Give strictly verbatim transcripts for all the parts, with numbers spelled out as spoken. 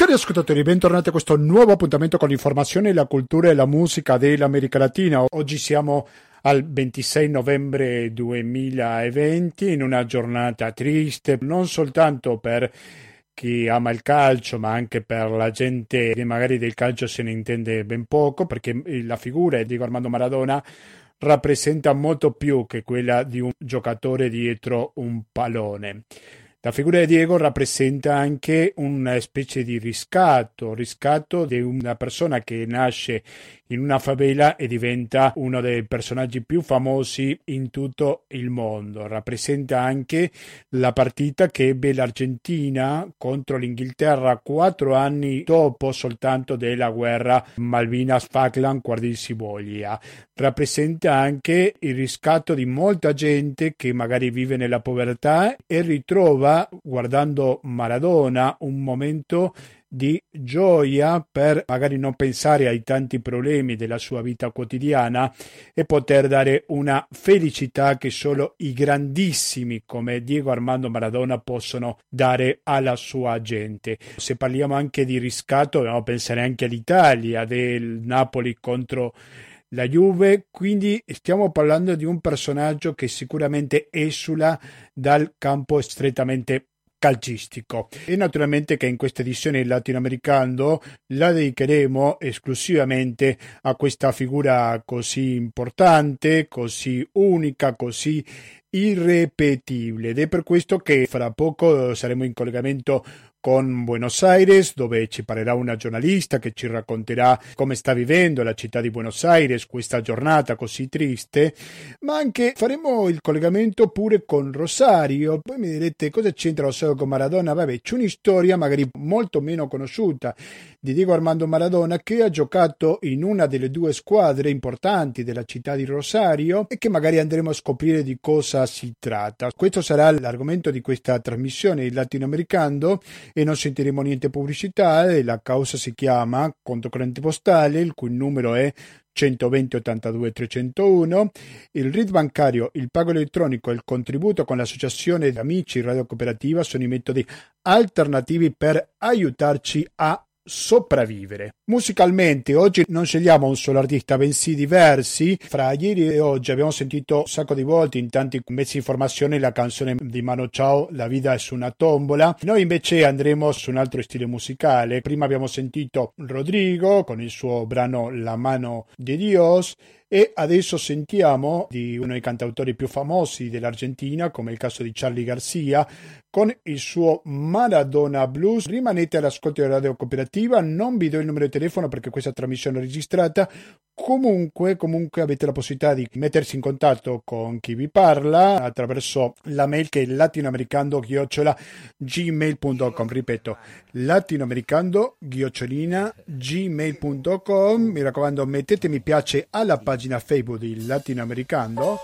Cari ascoltatori, bentornati a questo nuovo appuntamento con l'informazione, la cultura e la musica dell'America Latina. Oggi siamo al ventisei novembre duemilaventi, in una giornata triste, non soltanto per chi ama il calcio, ma anche per la gente che magari del calcio se ne intende ben poco, perché la figura di Diego Armando Maradona rappresenta molto più che quella di un giocatore dietro un pallone. La figura di Diego rappresenta anche una specie di riscatto, riscatto di una persona che nasce in una favela e diventa uno dei personaggi più famosi in tutto il mondo. Rappresenta anche la partita che ebbe l'Argentina contro l'Inghilterra quattro anni dopo soltanto della guerra Malvinas-Falkland, Guardia. Rappresenta anche il riscatto di molta gente che magari vive nella povertà e ritrova, guardando Maradona, un momento di gioia per magari non pensare ai tanti problemi della sua vita quotidiana e poter dare una felicità che solo i grandissimi come Diego Armando Maradona possono dare alla sua gente. Se parliamo anche di riscatto, dobbiamo pensare anche all'Italia, del Napoli contro la Juve, quindi stiamo parlando di un personaggio che sicuramente esula dal campo strettamente calcistico. E naturalmente che in questa edizione latinoamericano la dedicheremo esclusivamente a questa figura così importante, così unica, così irrepetibile, ed è per questo che fra poco saremo in collegamento con Buenos Aires, dove ci parlerà una giornalista che ci racconterà come sta vivendo la città di Buenos Aires questa giornata così triste, ma anche faremo il collegamento pure con Rosario. Poi mi direte cosa c'entra Rosario con Maradona? Vabbè, c'è un'storia magari molto meno conosciuta di Diego Armando Maradona, che ha giocato in una delle due squadre importanti della città di Rosario e che magari andremo a scoprire di cosa si tratta. Questo sarà l'argomento di questa trasmissione latinoamericano e non sentiremo niente pubblicità. La causa si chiama conto corrente postale, il cui numero è centoventi ottantadue trecentouno, il R I D bancario, il pago elettronico e il contributo con l'associazione di amici Radio Cooperativa sono i metodi alternativi per aiutarci a sopravvivere. Musicalmente oggi non scegliamo un solo artista, bensì diversi. Fra ieri e oggi abbiamo sentito un sacco di volte in tanti mezzi di informazione la canzone di Mano Chao, La vida es una tombola. Noi invece andremo su un altro stile musicale. Prima abbiamo sentito Rodrigo con il suo brano La mano de Dios e adesso sentiamo di uno dei cantautori più famosi dell'Argentina, come il caso di Charly García, con il suo Maradona Blues. Rimanete all'ascolto della Radio Cooperativa, non vi do il numero di telefono perché questa trasmissione è registrata. Comunque, comunque avete la possibilità di mettersi in contatto con chi vi parla attraverso la mail che è latinoamericando chiocciola gmail punto com. Ripeto, latinoamericando chiocciolina gmail punto com. Mi raccomando, mettete mi piace alla pagina Facebook di Latinoamericando.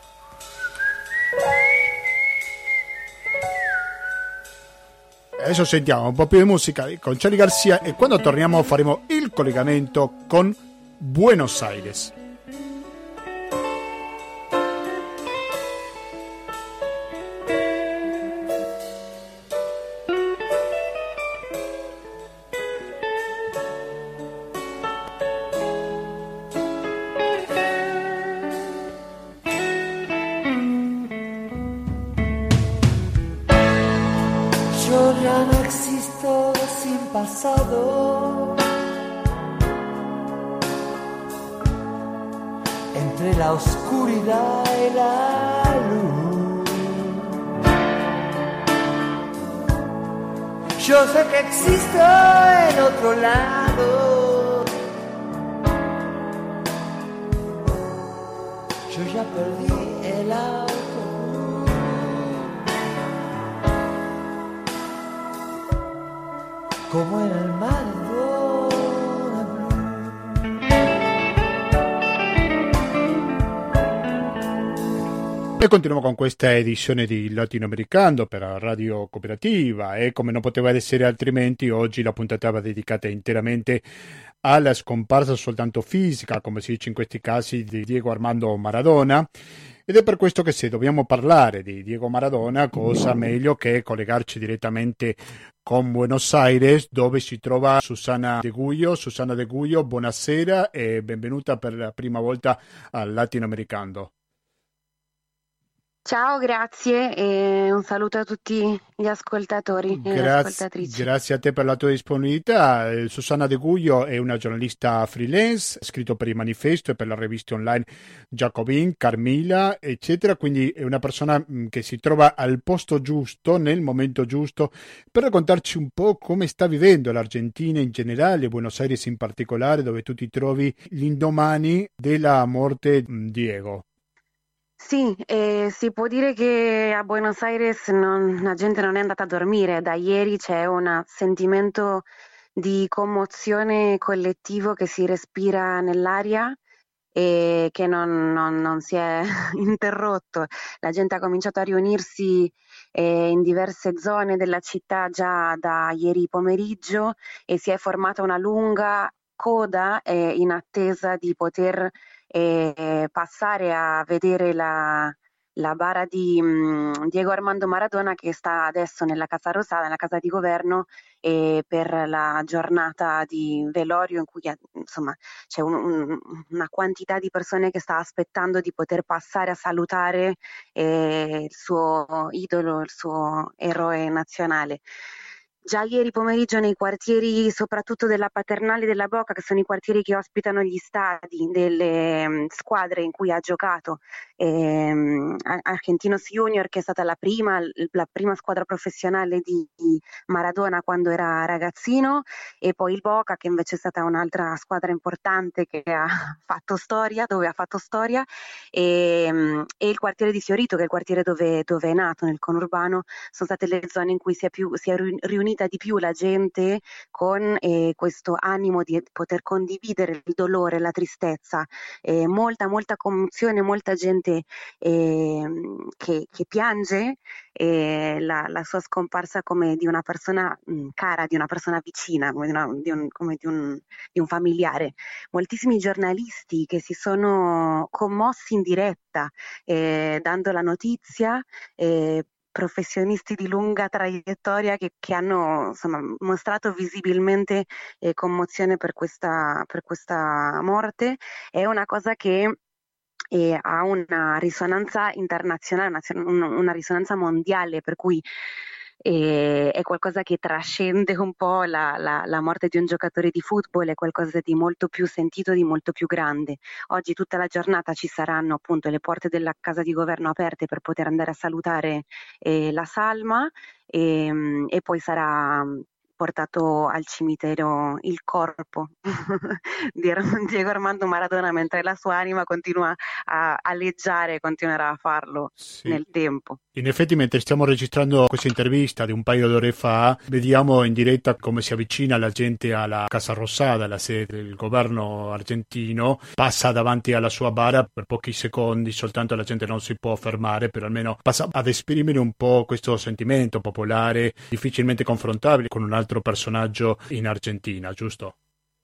Adesso sentiamo un po' più di musica con Charly García e quando torniamo faremo il collegamento con Buenos Aires. Yo ya no existo sin pasado. Entre la oscuridad y la luz, yo sé que existo en otro lado. Yo ya perdí el autobús. Como en el mar. E continuiamo con questa edizione di Latinoamericano per la Radio Cooperativa e come non poteva essere altrimenti oggi la puntata va dedicata interamente alla scomparsa soltanto fisica, come si dice in questi casi, di Diego Armando Maradona. Ed è per questo che se dobbiamo parlare di Diego Maradona, cosa meglio che collegarci direttamente con Buenos Aires, dove si trova Susanna De Guio. Susanna De Guio, buonasera e benvenuta per la prima volta al Latinoamericano. Ciao, grazie e un saluto a tutti gli ascoltatori e le Grazie, ascoltatrici. grazie a te per la tua disponibilità. Eh, Susanna De Guglio è una giornalista freelance, ha scritto per il Manifesto e per la rivista online Jacobin, Carmila, eccetera. Quindi è una persona mh, che si trova al posto giusto, nel momento giusto, per raccontarci un po' come sta vivendo l'Argentina in generale, Buenos Aires in particolare, dove tu ti trovi l'indomani della morte di Diego. Sì, eh, si può dire che a Buenos Aires non- la gente non è andata a dormire. Da ieri c'è un sentimento di commozione collettivo che si respira nell'aria e che non, non- non si è interrotto. La gente ha cominciato a riunirsi eh, in diverse zone della città già da ieri pomeriggio e si è formata una lunga coda eh, in attesa di poter eh, passare a vedere la, la bara di mh, Diego Armando Maradona che sta adesso nella Casa Rosada, nella casa di governo, eh, per la giornata di velorio in cui eh, insomma c'è un- un- una quantità di persone che sta aspettando di poter passare a salutare eh, il suo idolo, il suo eroe nazionale. Già ieri pomeriggio nei quartieri, soprattutto della Paternale e della Boca, che sono i quartieri che ospitano gli stadi delle mm, squadre in cui ha giocato, ehm, Ar- Argentinos Junior, che è stata la prima, la prima squadra professionale di di Maradona quando era ragazzino, e poi il Boca, che invece è stata un'altra squadra importante che ha fatto storia, dove ha fatto storia, e, mm, e il quartiere di Fiorito, che è il quartiere dove, dove è nato, nel conurbano. Sono state le zone in cui si è, più, si è riun- riunita di più la gente con eh, questo animo di poter condividere il dolore, la tristezza, eh, molta, molta commozione, molta gente eh, che, che piange eh, la, la sua scomparsa come di una persona mh, cara, di una persona vicina, come di, una- di un, come di un- di un familiare. Moltissimi giornalisti che si sono commossi in diretta eh, dando la notizia, eh, professionisti di lunga traiettoria che, che hanno insomma, mostrato visibilmente eh, commozione per questa, per questa morte. È una cosa che eh, ha una risonanza internazionale, una, un- una risonanza mondiale, per cui eh, è qualcosa che trascende un po' la, la- la morte di un giocatore di football, è qualcosa di molto più sentito, di molto più grande. Oggi tutta la giornata ci saranno appunto le porte della casa di governo aperte per poter andare a salutare eh, la salma e, e poi sarà mm, portato al cimitero il corpo di Ar- Diego Armando Maradona, mentre la sua anima continua a aleggiare e continuerà a farlo Sì. nel tempo. In effetti, mentre stiamo registrando questa intervista di un paio d'ore fa, vediamo in diretta come si avvicina la gente alla Casa Rosada, la sede del governo argentino, passa davanti alla sua bara per pochi secondi, soltanto la gente non si può fermare, però almeno passa ad esprimere un po' questo sentimento popolare, difficilmente confrontabile con un altro personaggio in Argentina, giusto?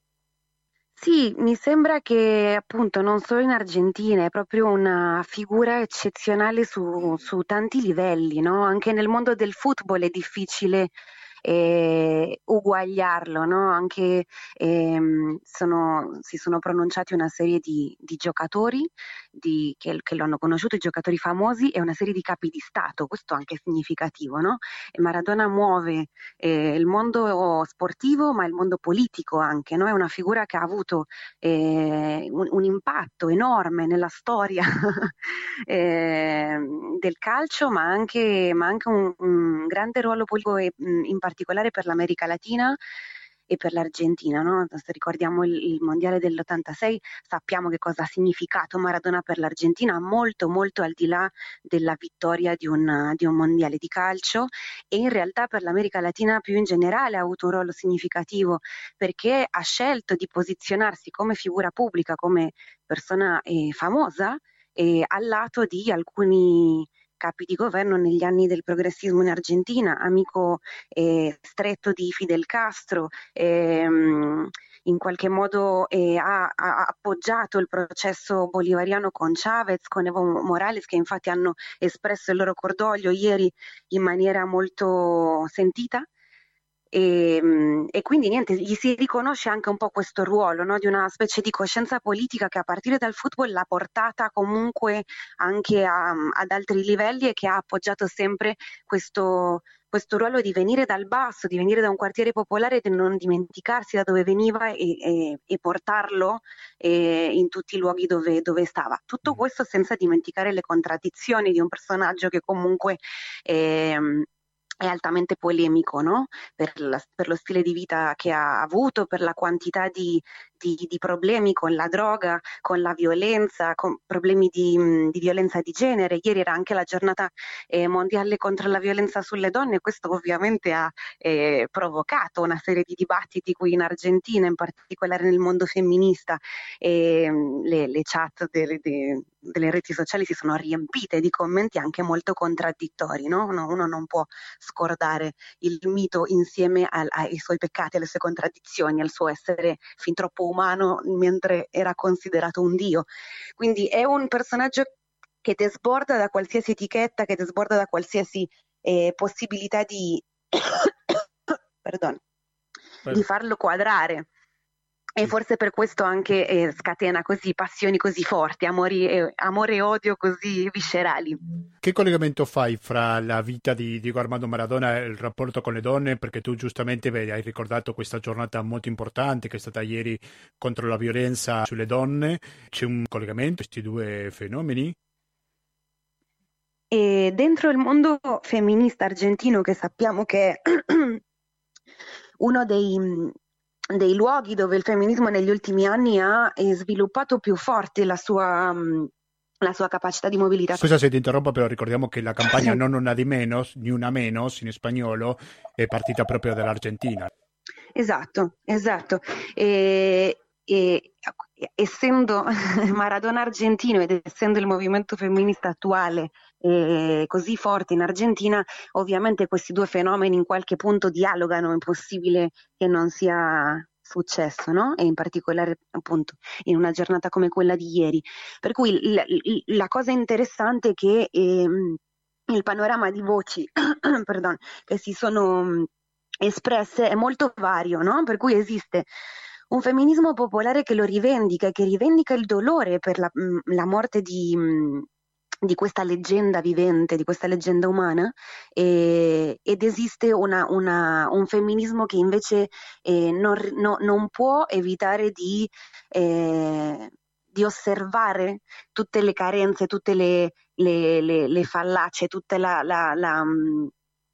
Sì, mi sembra che appunto non solo in Argentina, è proprio una figura eccezionale su, su tanti livelli, no? Anche nel mondo del football è difficile eh, uguagliarlo, no? Anche ehm, sono- si sono pronunciati una serie di, di giocatori di- che, che lo hanno conosciuto, i giocatori famosi e una serie di capi di Stato, questo anche è significativo, no? E Maradona muove eh, il mondo sportivo, ma il mondo politico anche, no? È una figura che ha avuto eh, un, un impatto enorme nella storia eh, del calcio, ma anche, ma anche un, un grande ruolo politico, e, mh, in particolare per l'America Latina e per l'Argentina, no? Se ricordiamo il, il mondiale dell'ottantasei, sappiamo che cosa ha significato Maradona per l'Argentina, molto, molto al di là della vittoria di un, di un mondiale di calcio, e in realtà per l'America Latina più in generale ha avuto un ruolo significativo perché ha scelto di posizionarsi come figura pubblica, come persona eh, famosa, eh, al lato di alcuni capi di governo negli anni del progressismo in Argentina, amico eh, stretto di Fidel Castro, ehm, in qualche modo eh, ha, ha appoggiato il processo bolivariano con Chavez, con Evo Morales, che infatti hanno espresso il loro cordoglio ieri in maniera molto sentita. E, mh, e quindi niente, gli si riconosce anche un po' questo ruolo, no? Di una specie di coscienza politica che a partire dal football l'ha portata comunque anche a- ad altri livelli e che ha appoggiato sempre questo, questo ruolo di venire dal basso, di venire da un quartiere popolare, di non dimenticarsi da dove veniva e, e- e portarlo eh, in tutti i luoghi dove, dove stava. Tutto questo senza dimenticare le contraddizioni di un personaggio che comunque ehm, è altamente polemico, no? Per, la- per lo stile di vita che ha avuto, per la quantità di, di- di problemi con la droga, con la violenza, con problemi di, mh, di violenza di genere. Ieri era anche la giornata eh, mondiale contro la violenza sulle donne, questo ovviamente ha eh, provocato una serie di dibattiti qui in Argentina, in particolare nel mondo femminista. E, mh, le, le chat delle, de- delle reti sociali si sono riempite di commenti anche molto contraddittori, no? Uno, uno non può scordare il mito insieme al- ai suoi peccati, alle sue contraddizioni, al suo essere fin troppo umano mentre era considerato un dio. Quindi è un personaggio che ti sborda da qualsiasi etichetta, che ti sborda da qualsiasi eh, possibilità di, perdon, di farlo quadrare. E forse per questo anche eh, scatena così passioni così forti, amori e, amore e odio così viscerali. Che collegamento fai fra la vita di Diego Armando Maradona e il rapporto con le donne? Perché tu giustamente beh, hai ricordato questa giornata molto importante che è stata ieri contro la violenza sulle donne. C'è un collegamento tra questi due fenomeni? E dentro il mondo femminista argentino, che sappiamo che è uno dei, dei luoghi dove il femminismo negli ultimi anni ha eh, sviluppato più forte la sua, mh, la sua capacità di mobilità. Scusa se ti interrompo, però ricordiamo che la campagna Non una di menos, ni una menos in spagnolo, è partita proprio dall'Argentina. Esatto, esatto. E, e essendo Maradona argentino ed essendo il movimento femminista attuale eh, così forte in Argentina, ovviamente questi due fenomeni in qualche punto dialogano, è impossibile che non sia successo, no? E in particolare appunto in una giornata come quella di ieri. Per cui la, la cosa interessante è che ehm, il panorama di voci perdon, che si sono espresse è molto vario, no? Per cui esiste un femminismo popolare che lo rivendica, che rivendica il dolore per la, mh, la morte di, mh, di questa leggenda vivente, di questa leggenda umana, e- ed esiste una- una- un femminismo che invece eh, non, ri- no- non può evitare di, eh, di osservare tutte le carenze, tutte le, le- le- le fallacie, tutta la, la- la, mh,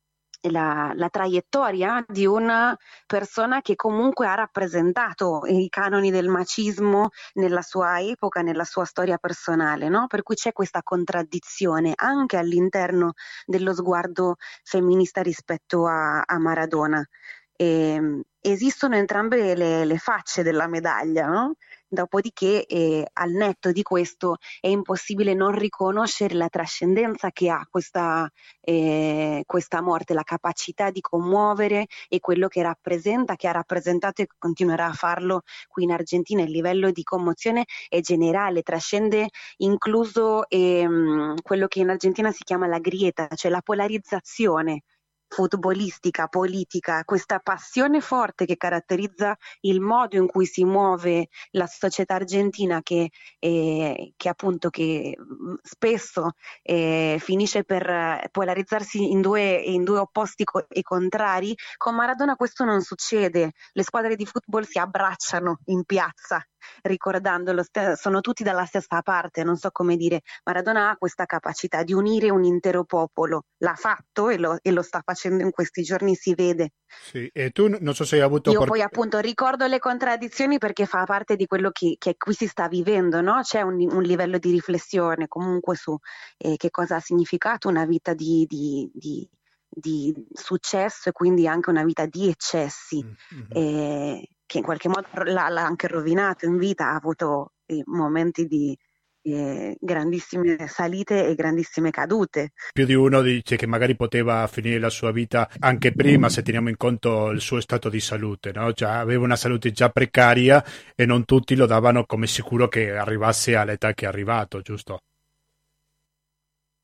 la, la traiettoria di una persona che comunque ha rappresentato i canoni del macismo nella sua epoca, nella sua storia personale, no? Per cui c'è questa contraddizione anche all'interno dello sguardo femminista rispetto a, a Maradona. E, esistono entrambe le, le facce della medaglia, no? Dopodiché, eh, al netto di questo, è impossibile non riconoscere la trascendenza che ha questa, eh, questa morte, la capacità di commuovere e quello che rappresenta, che ha rappresentato e continuerà a farlo qui in Argentina. Il livello di commozione è generale, trascende incluso ehm, quello che in Argentina si chiama la grieta, cioè la polarizzazione futbolistica, politica, questa passione forte che caratterizza il modo in cui si muove la società argentina che, eh, che appunto che mh, spesso eh, finisce per eh, polarizzarsi in due, in due opposti co- e contrari. Con Maradona questo non succede, le squadre di football si abbracciano in piazza ricordandolo, st- sono tutti dalla stessa parte, non so come dire. Maradona ha questa capacità di unire un intero popolo, l'ha fatto e lo, e lo sta facendo in questi giorni, si vede. Sì, e tu non so se hai avuto Io por- poi appunto ricordo le contraddizioni perché fa parte di quello che, che qui si sta vivendo, no? C'è un, un livello di riflessione comunque su eh, che cosa ha significato una vita di, di, di, di successo e quindi anche una vita di eccessi, Mm-hmm. eh, che in qualche modo l'ha, l'ha anche rovinato in vita, ha avuto eh, momenti di eh, grandissime salite e grandissime cadute. Più di uno dice che magari poteva finire la sua vita anche prima se teniamo in conto il suo stato di salute, no? Cioè, aveva una salute già precaria e non tutti lo davano come sicuro che arrivasse all'età che è arrivato, giusto?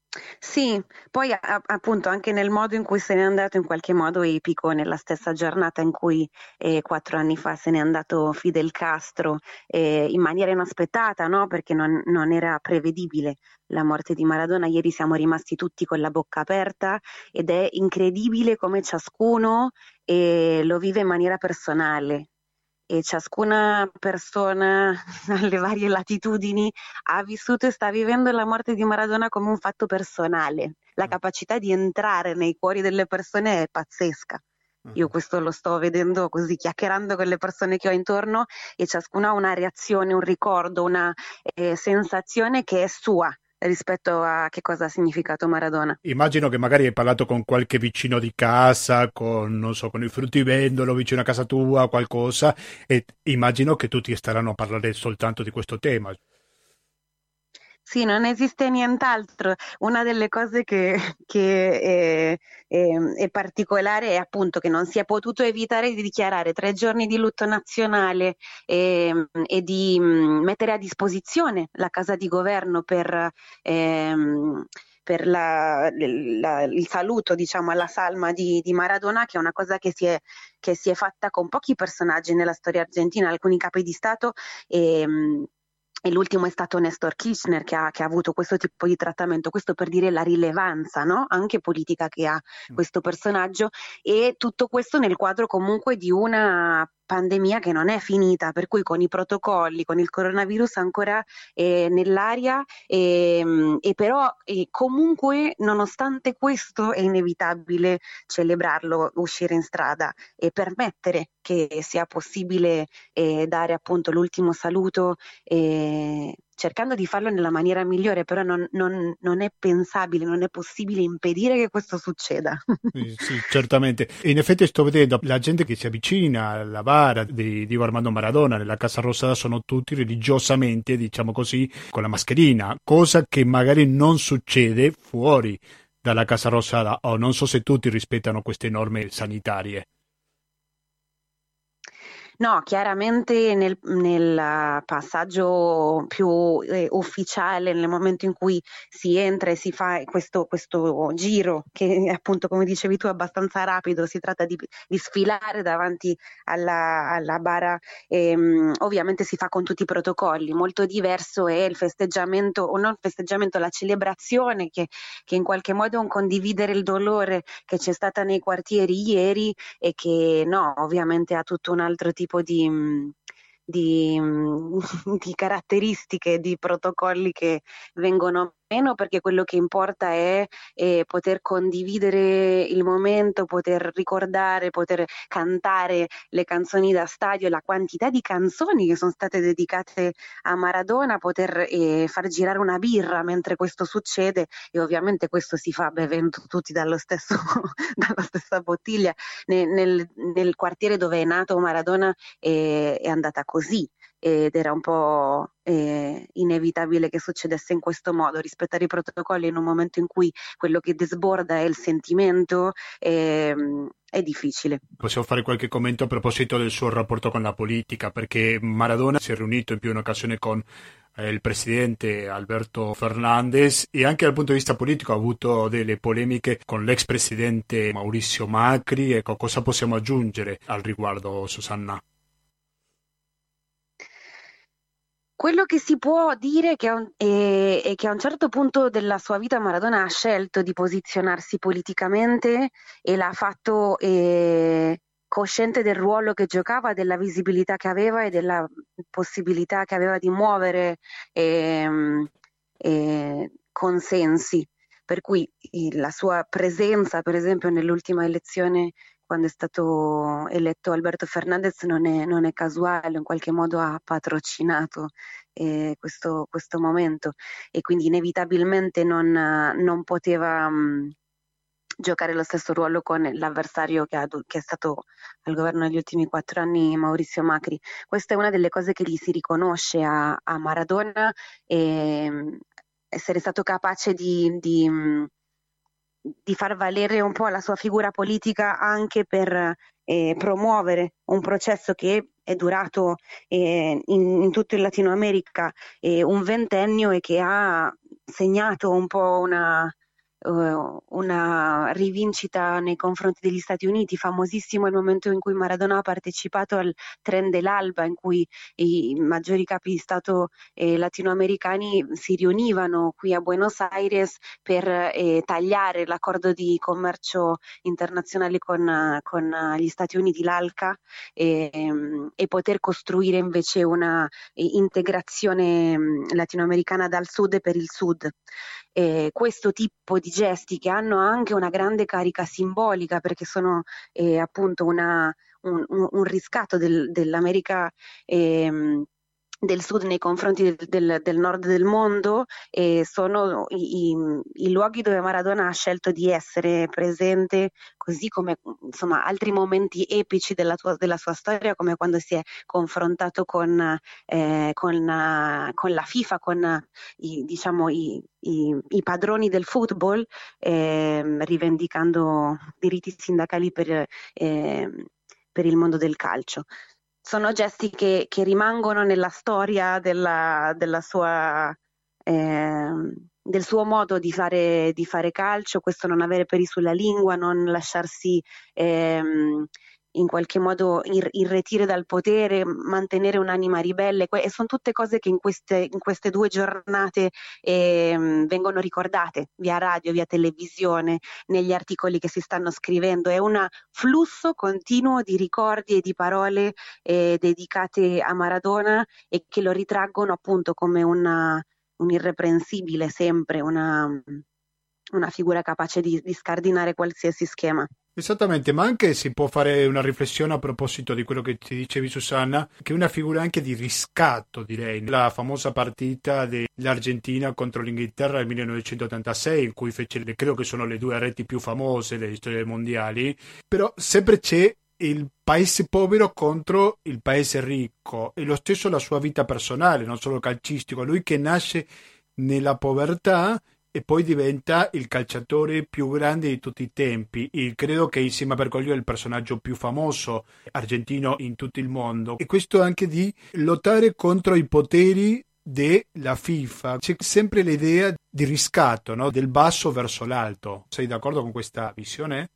Sì, poi a- a- appunto anche nel modo in cui se n'è andato, in qualche modo epico, nella stessa giornata in cui eh, quattro anni fa se n'è andato Fidel Castro, eh, in maniera inaspettata, no? Perché non, non era prevedibile la morte di Maradona. Ieri siamo rimasti tutti con la bocca aperta ed è incredibile come ciascuno eh, lo vive in maniera personale. E ciascuna persona alle varie latitudini ha vissuto e sta vivendo la morte di Maradona come un fatto personale. La capacità di entrare nei cuori delle persone è pazzesca. Io questo lo sto vedendo così, chiacchierando con le persone che ho intorno, e ciascuna ha una reazione, un ricordo, una eh, sensazione che è sua rispetto a che cosa ha significato Maradona. Immagino che magari hai parlato con qualche vicino di casa, con, non so, con il fruttivendolo vicino a casa tua, qualcosa, e immagino che tutti staranno a parlare soltanto di questo tema. Sì, non esiste nient'altro. Una delle cose che, che è, è- è particolare è appunto che non si è potuto evitare di dichiarare tre giorni di lutto nazionale ehm, e, di mh, mettere a disposizione la Casa di Governo per, ehm, per la- la- il saluto, diciamo, alla salma di, di Maradona, che è una cosa che si è, che si è fatta con pochi personaggi nella storia argentina, alcuni capi di Stato. ehm, e l'ultimo è stato Nestor Kirchner che ha, che ha avuto questo tipo di trattamento, questo per dire la rilevanza, no? Anche politica che ha questo personaggio, e tutto questo nel quadro comunque di una pandemia che non è finita, per cui con i protocolli, con il coronavirus ancora eh, nell'aria, e, e però eh, comunque nonostante questo è inevitabile celebrarlo, uscire in strada e permettere che sia possibile eh, dare appunto l'ultimo saluto, eh, cercando di farlo nella maniera migliore, però non, non- non è pensabile, non è possibile impedire che questo succeda. Sì, sì, certamente. E in effetti sto vedendo la gente che si avvicina alla bara di Diego Armando Maradona nella Casa Rosada sono tutti religiosamente, diciamo così, con la mascherina, cosa che magari non succede fuori dalla Casa Rosada, o non so se tutti rispettano queste norme sanitarie. No, chiaramente nel, nel passaggio più eh, ufficiale, nel momento in cui si entra e si fa questo, questo giro, che appunto come dicevi tu è abbastanza rapido, si tratta di, di sfilare davanti alla, alla bara, ehm, ovviamente si fa con tutti i protocolli. Molto diverso è il festeggiamento, o non il festeggiamento, la celebrazione che, che in qualche modo è un condividere il dolore che c'è stata nei quartieri ieri, e che no, ovviamente ha tutto un altro tipo di, mh, di, mh, di caratteristiche, di protocolli che vengono meno, perché quello che importa è eh, poter condividere il momento, poter ricordare, poter cantare le canzoni da stadio, la quantità di canzoni che sono state dedicate a Maradona, poter eh, far girare una birra mentre questo succede, e ovviamente questo si fa bevendo tutti dallo stesso, dalla stessa bottiglia. Ne- Nel, nel quartiere dove è nato Maradona eh, è andata così, ed era un po' eh, inevitabile che succedesse in questo modo, rispettare i protocolli in un momento in cui quello che desborda è il sentimento, ehm, è difficile. Possiamo fare qualche commento a proposito del suo rapporto con la politica, perché Maradona si è riunito in più un'occasione con eh, il presidente Alberto Fernandez e anche dal punto di vista politico ha avuto delle polemiche con l'ex presidente Maurizio Macri. Ecco, cosa possiamo aggiungere al riguardo, Susanna? Quello che si può dire che a un- è, è che a un certo punto della sua vita Maradona ha scelto di posizionarsi politicamente, e l'ha fatto eh, cosciente del ruolo che giocava, della visibilità che aveva e della possibilità che aveva di muovere ehm, eh, consensi. Per cui eh, la sua presenza, per esempio, nell'ultima elezione, quando è stato eletto Alberto Fernandez, non è, non è casuale, in qualche modo ha patrocinato eh, questo, questo momento, e quindi inevitabilmente non, non poteva mh, giocare lo stesso ruolo con l'avversario che, ha, che è stato al governo negli ultimi quattro anni, Maurizio Macri. Questa è una delle cose che gli si riconosce a, a Maradona, e, essere stato capace di, di, mh, di far valere un po' la sua figura politica anche per eh, promuovere un processo che è durato eh, in, in tutto il Latino America eh, un ventennio, e che ha segnato un po' una, uh, una rivincita nei confronti degli Stati Uniti. Famosissimo il momento in cui Maradona ha partecipato al Tren dell'Alba, in cui i maggiori capi di Stato eh, latinoamericani si riunivano qui a Buenos Aires per eh, tagliare l'accordo di commercio internazionale con, con gli Stati Uniti, l'ALCA, e, e poter costruire invece una integrazione latinoamericana dal sud e per il sud. Eh, questo tipo di gesti, che hanno anche una grande carica simbolica, perché sono eh, appunto una, un, un, riscatto del, dell'America ehm, del sud nei confronti del, del, del nord del mondo, e sono i, i, i luoghi dove Maradona ha scelto di essere presente, così come insomma altri momenti epici della, tua, della sua storia, come quando si è confrontato con, eh, con, uh, con la FIFA, con i, diciamo, i, i, i padroni del football, eh, rivendicando diritti sindacali per, eh, per il mondo del calcio. Sono gesti che, che rimangono nella storia della, della sua, eh, del suo modo di fare, di fare calcio, questo non avere peli sulla lingua, non lasciarsi ehm, in qualche modo ir- irretire dal potere, mantenere un'anima ribelle, que- e sono tutte cose che in queste, in queste due giornate ehm, vengono ricordate via radio, via televisione, negli articoli che si stanno scrivendo. È un flusso continuo di ricordi e di parole eh, dedicate a Maradona, e che lo ritraggono appunto come una, un irreprensibile, sempre una, una figura capace di, di scardinare qualsiasi schema. Esattamente, ma anche si può fare una riflessione a proposito di quello che ti dicevi, Susanna, che è una figura anche di riscatto, direi. La famosa partita dell'Argentina contro l'Inghilterra nel millenovecentottantasei, in cui fece, credo che sono le due reti più famose delle storie mondiali, però sempre c'è il paese povero contro il paese ricco, e lo stesso la sua vita personale, non solo calcistico. Lui che nasce nella povertà e poi diventa il calciatore più grande di tutti i tempi. E credo che insieme a Bergoglio è il personaggio più famoso argentino in tutto il mondo. E questo anche di lottare contro i poteri della FIFA. C'è sempre l'idea di riscatto, no? Del basso verso l'alto. Sei d'accordo con questa visione?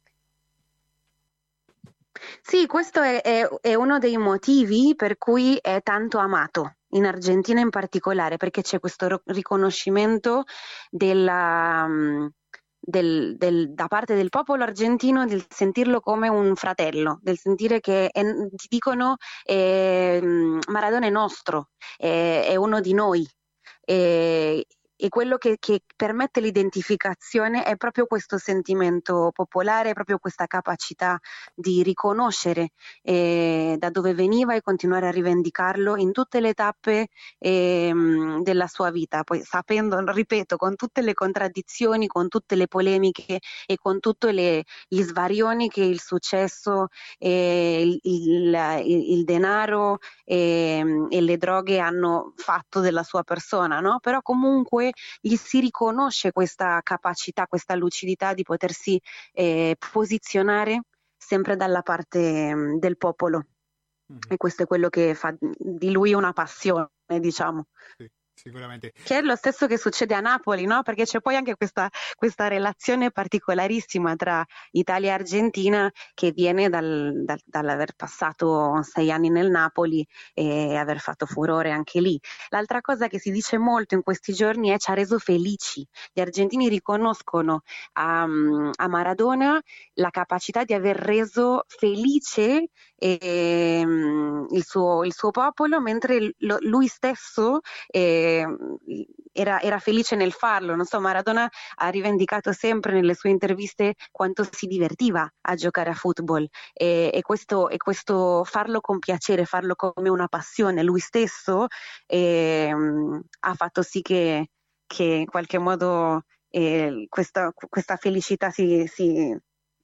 Sì, questo è, è- è uno dei motivi per cui è tanto amato in Argentina in particolare, perché c'è questo ro- riconoscimento della, mm, del- del- da parte del popolo argentino, del sentirlo come un fratello, del sentire che è- ti dicono eh, mm, Maradona è nostro, è, è uno di noi. E, e quello che, che permette l'identificazione è proprio questo sentimento popolare, è proprio questa capacità di riconoscere eh, da dove veniva e continuare a rivendicarlo in tutte le tappe ehm, della sua vita, poi sapendo, ripeto, con tutte le contraddizioni, con tutte le polemiche e con tutti gli svarioni che il successo, eh, il, il- il- il denaro e, e le droghe hanno fatto della sua persona, no? Però comunque gli si riconosce questa capacità, questa lucidità di potersi eh, posizionare sempre dalla parte mh, del popolo, Mhm. e questo è quello che fa di lui una passione, diciamo. Sì, sicuramente. Che è lo stesso che succede a Napoli, no? Perché c'è poi anche questa, questa relazione particolarissima tra Italia e Argentina, che viene dal, dal- dall'aver passato sei anni nel Napoli e aver fatto furore anche lì. L'altra cosa che si dice molto in questi giorni è ci ha reso felici. Gli argentini riconoscono a, a Maradona la capacità di aver reso felice ehm, il suo, il suo popolo, mentre lo- lui stesso e era, era felice nel farlo. Non so, Maradona ha rivendicato sempre nelle sue interviste quanto si divertiva a giocare a football, e, e questo, e questo farlo con piacere, farlo come una passione, lui stesso ehm, ha fatto sì che, che in qualche modo eh, questa, questa felicità si, si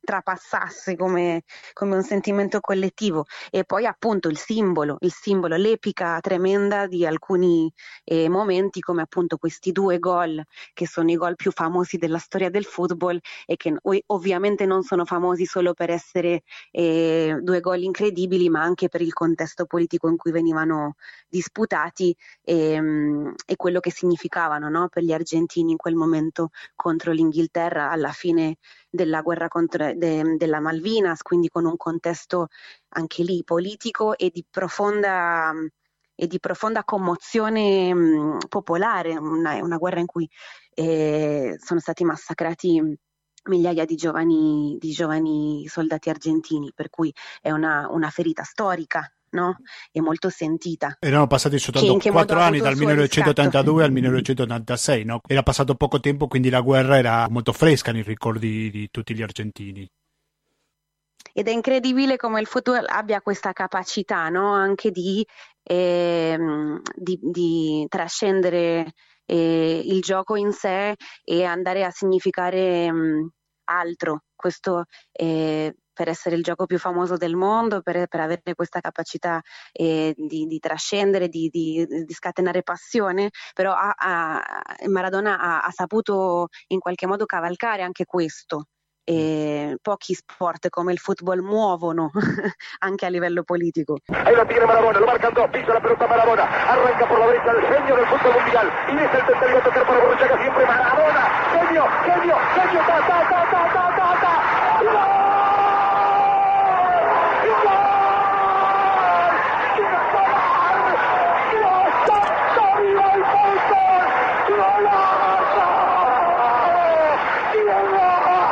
trapassasse come, come un sentimento collettivo. E poi appunto il simbolo, il simbolo, l'epica tremenda di alcuni eh, momenti, come appunto questi due gol che sono i gol più famosi della storia del football e che ov- ovviamente non sono famosi solo per essere eh, due gol incredibili, ma anche per il contesto politico in cui venivano disputati e, mh, e quello che significavano, no? Per gli argentini in quel momento contro l'Inghilterra alla fine della guerra contro, de, della Malvinas, quindi con un contesto anche lì politico e di profonda, e di profonda commozione mh, popolare, una, una guerra in cui eh, sono stati massacrati migliaia di giovani, di giovani soldati argentini, per cui è una, una ferita storica, no? E molto sentita. Erano passati Che in soltanto che modo quattro ha anni, avuto il dal suo riscatto? millenovecentottantadue al millenovecentonovantasei, no? Era passato poco tempo, quindi la guerra era molto fresca nei ricordi di tutti gli argentini. Ed è incredibile come il football abbia questa capacità, no? Anche di, ehm, di, di trascendere eh, il gioco in sé e andare a significare mh, altro. Questo eh, per essere il gioco più famoso del mondo, per, per avere questa capacità eh, di, di trascendere, di, di, di scatenare passione, però ha, ha- Maradona ha, ha saputo in qualche modo cavalcare anche questo. E pochi sport come il football muovono anche a livello politico. Ahí la tiene Maradona, lo marcan dos, pisa la pelota Maradona, arranca por la derecha el genio del fútbol mundial y es el tercero a tocar para Borruchaga siempre Maradona, genio, genio, genio, ta, ta, ta, ta, ta, ta, ta. ¡Gol! ¡Gol! ¡Qué gol! ¡Dios santo, viva el fútbol! ¡Golazo! ¡Qué gol!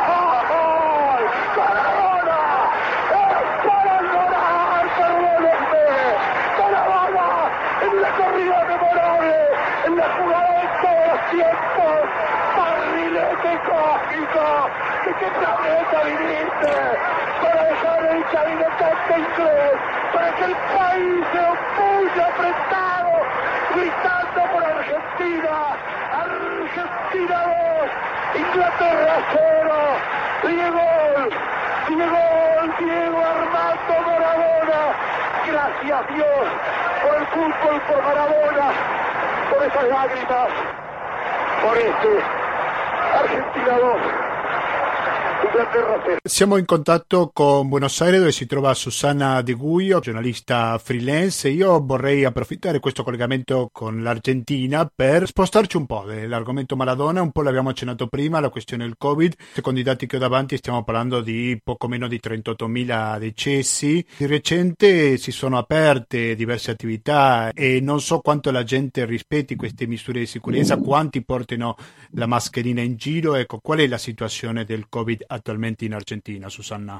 En la jugada de todos los tiempos, barrilete cósmico, ¿de qué planeta viniste? Para dejar el cabinetante inglés, para que el país se opulle apretado, gritando por Argentina, Argentina dos, Inglaterra cero, Diego, Diego, Diego Armando Maradona, gracias Dios por el fútbol, por Maradona, por esas lágrimas, por este Argentina dos, Inglaterra cero. Siamo in contatto con Buenos Aires, dove si trova Susana De Guio, giornalista freelance, e io vorrei approfittare di questo collegamento con l'Argentina per spostarci un po' dell'argomento Maradona. Un po' l'abbiamo accennato prima, la questione del Covid. Secondo i dati che ho davanti stiamo parlando di poco meno di trentottomila decessi. Di recente si sono aperte diverse attività e non so quanto la gente rispetti queste misure di sicurezza, quanti portino la mascherina in giro. Ecco, qual è la situazione del Covid attualmente in Argentina, Susanna?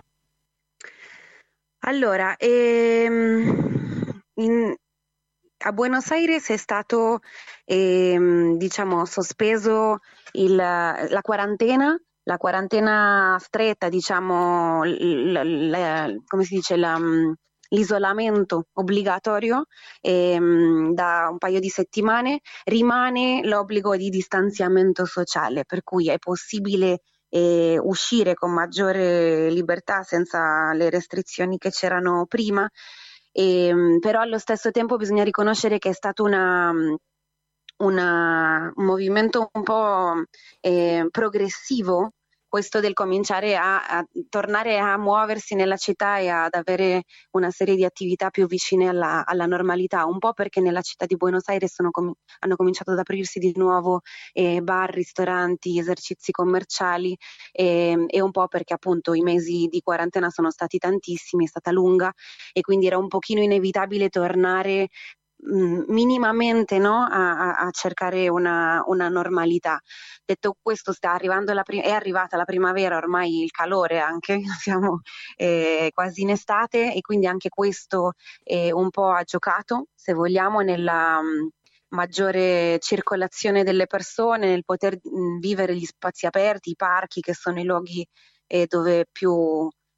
Allora, ehm, in- a Buenos Aires è stato, ehm, diciamo, sospeso il- la quarantena, la quarantena stretta, diciamo, l- l- la- come si dice, la- l'isolamento obbligatorio ehm, da un paio di settimane. Rimane l'obbligo di distanziamento sociale, per cui è possibile e uscire con maggiore libertà senza le restrizioni che c'erano prima, e, però allo stesso tempo bisogna riconoscere che è stato una, una, un movimento un po' eh, progressivo, questo del cominciare a, a tornare a muoversi nella città e ad avere una serie di attività più vicine alla, alla normalità, un po' perché nella città di Buenos Aires sono com- hanno cominciato ad aprirsi di nuovo eh, bar, ristoranti, esercizi commerciali e, e un po' perché appunto i mesi di quarantena sono stati tantissimi, è stata lunga e quindi era un pochino inevitabile tornare mh, minimamente, no, a, a cercare una, una normalità. Detto questo, sta arrivando la pri- è arrivata la primavera, ormai il calore anche, siamo eh, quasi in estate e quindi anche questo eh, un po' ha giocato, se vogliamo, nella mh, maggiore circolazione delle persone, nel poter mh, vivere gli spazi aperti, i parchi che sono i luoghi eh, dove più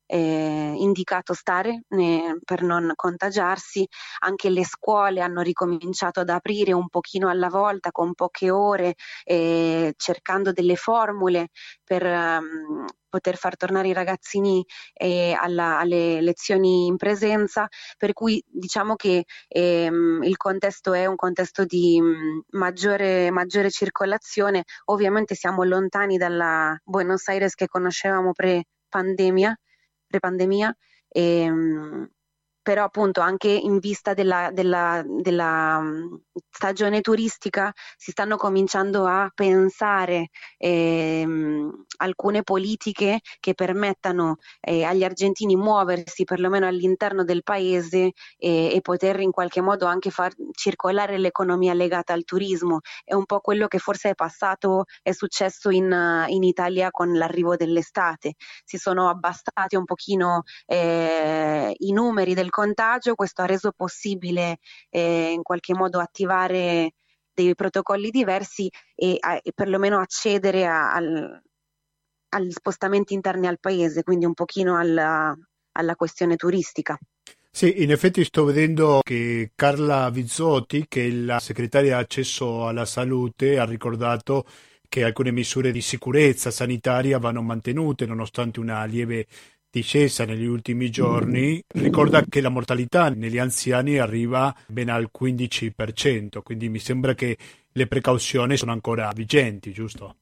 eh, indicato stare eh, per non contagiarsi. Anche le scuole hanno ricominciato ad aprire un pochino alla volta, con poche ore, eh, cercando delle formule per um, poter far tornare i ragazzini eh, alla, alle lezioni in presenza, per cui diciamo che ehm, il contesto è un contesto di mh, maggiore, maggiore circolazione. Ovviamente siamo lontani dalla Buenos Aires che conoscevamo pre-pandemia, pre-pandemia ehm, però appunto anche in vista della, della, della um, stagione turistica si stanno cominciando a pensare ehm, alcune politiche che permettano eh, agli argentini muoversi perlomeno all'interno del paese e, e poter in qualche modo anche far circolare l'economia legata al turismo. È un po' quello che forse è passato, è successo in, in Italia con l'arrivo dell'estate. Si sono abbassati un pochino eh, i numeri del contagio, questo ha reso possibile eh, in qualche modo attivare dei protocolli diversi e, a, e perlomeno accedere a, al, agli spostamenti interni al paese, quindi un pochino alla, alla questione turistica. Sì, in effetti sto vedendo che Carla Bizzotti, che è la segretaria accesso alla salute, ha ricordato che alcune misure di sicurezza sanitaria vanno mantenute nonostante una lieve discesa negli ultimi giorni. Ricorda che la mortalità negli anziani arriva ben al quindici per cento, quindi mi sembra che le precauzioni sono ancora vigenti, giusto?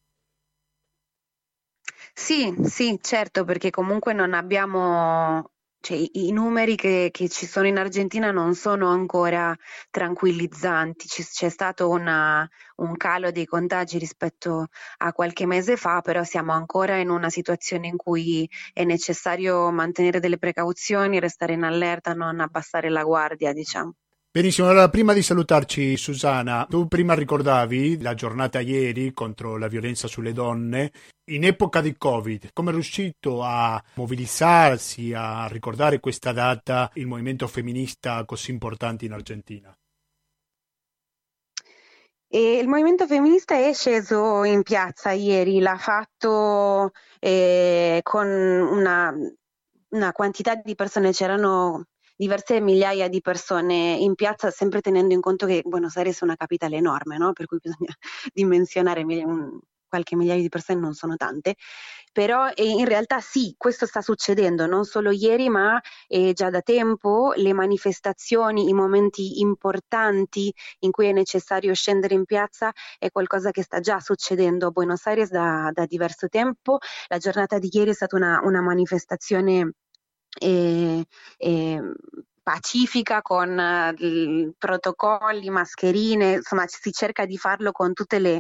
Sì, sì, certo, perché comunque non abbiamo, cioè i, i numeri che, che ci sono in Argentina non sono ancora tranquillizzanti. Ci- c'è stato una- un calo dei contagi rispetto a qualche mese fa, però siamo ancora in una situazione in cui è necessario mantenere delle precauzioni, restare in allerta, non abbassare la guardia, diciamo. Benissimo, allora prima di salutarci Susanna, tu prima ricordavi la giornata ieri contro la violenza sulle donne. In epoca di Covid, come è riuscito a mobilizzarsi, a ricordare questa data il movimento femminista così importante in Argentina? E il movimento femminista è sceso in piazza ieri, l'ha fatto eh, con una, una quantità di persone, c'erano diverse migliaia di persone in piazza, sempre tenendo in conto che Buenos Aires è una capitale enorme, no? Per cui bisogna dimensionare mil- un- qualche migliaio di persone, non sono tante, però eh, in realtà sì, questo sta succedendo non solo ieri, ma eh, già da tempo. Le manifestazioni, i momenti importanti in cui è necessario scendere in piazza è qualcosa che sta già succedendo a Buenos Aires da, da diverso tempo. La giornata di ieri è stata una, una manifestazione eh, eh, pacifica con eh, protocolli, mascherine, insomma si cerca di farlo con tutte le,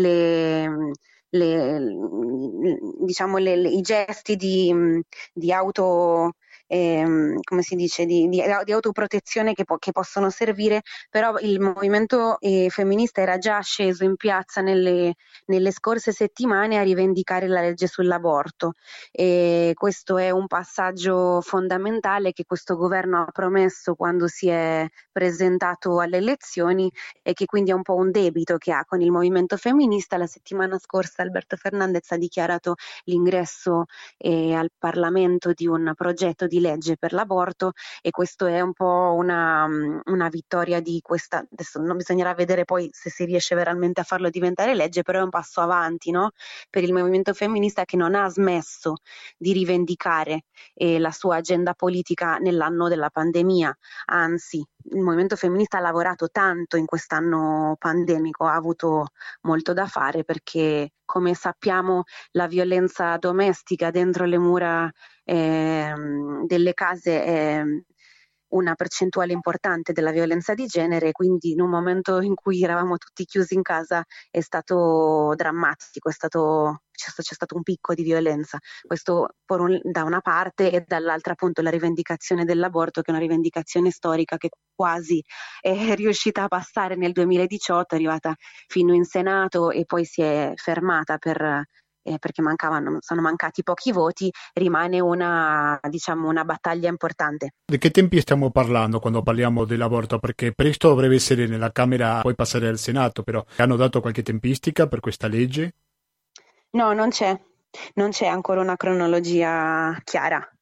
le, le, diciamo le, le, i gesti di, di auto ehm, come si dice, di, di, di autoprotezione che, po- che possono servire, però il movimento eh, femminista era già sceso in piazza nelle, nelle scorse settimane a rivendicare la legge sull'aborto. E questo è un passaggio fondamentale che questo governo ha promesso quando si è presentato alle elezioni e che quindi è un po' un debito che ha con il movimento femminista. La settimana scorsa Alberto Fernandez ha dichiarato l'ingresso eh, al Parlamento di un progetto di legge per l'aborto e questo è un po' una, una vittoria di questa, adesso non bisognerà vedere poi se si riesce veramente a farlo diventare legge, però è un passo avanti, no? Per il movimento femminista che non ha smesso di rivendicare eh, la sua agenda politica nell'anno della pandemia, anzi il movimento femminista ha lavorato tanto in quest'anno pandemico, ha avuto molto da fare perché come sappiamo la violenza domestica dentro le mura eh, delle case è una percentuale importante della violenza di genere, quindi in un momento in cui eravamo tutti chiusi in casa è stato drammatico, è stato, c'è, c'è stato un picco di violenza. Questo un, da una parte e dall'altra appunto la rivendicazione dell'aborto, che è una rivendicazione storica che quasi è riuscita a passare nel duemiladiciotto, è arrivata fino in Senato e poi si è fermata per eh, perché mancavano, sono mancati pochi voti, rimane una, diciamo, una battaglia importante. Di che tempi stiamo parlando quando parliamo dell'aborto? Perché presto dovrebbe essere nella Camera, poi passare al Senato, però hanno dato qualche tempistica per questa legge? No, non c'è, non c'è ancora una cronologia chiara.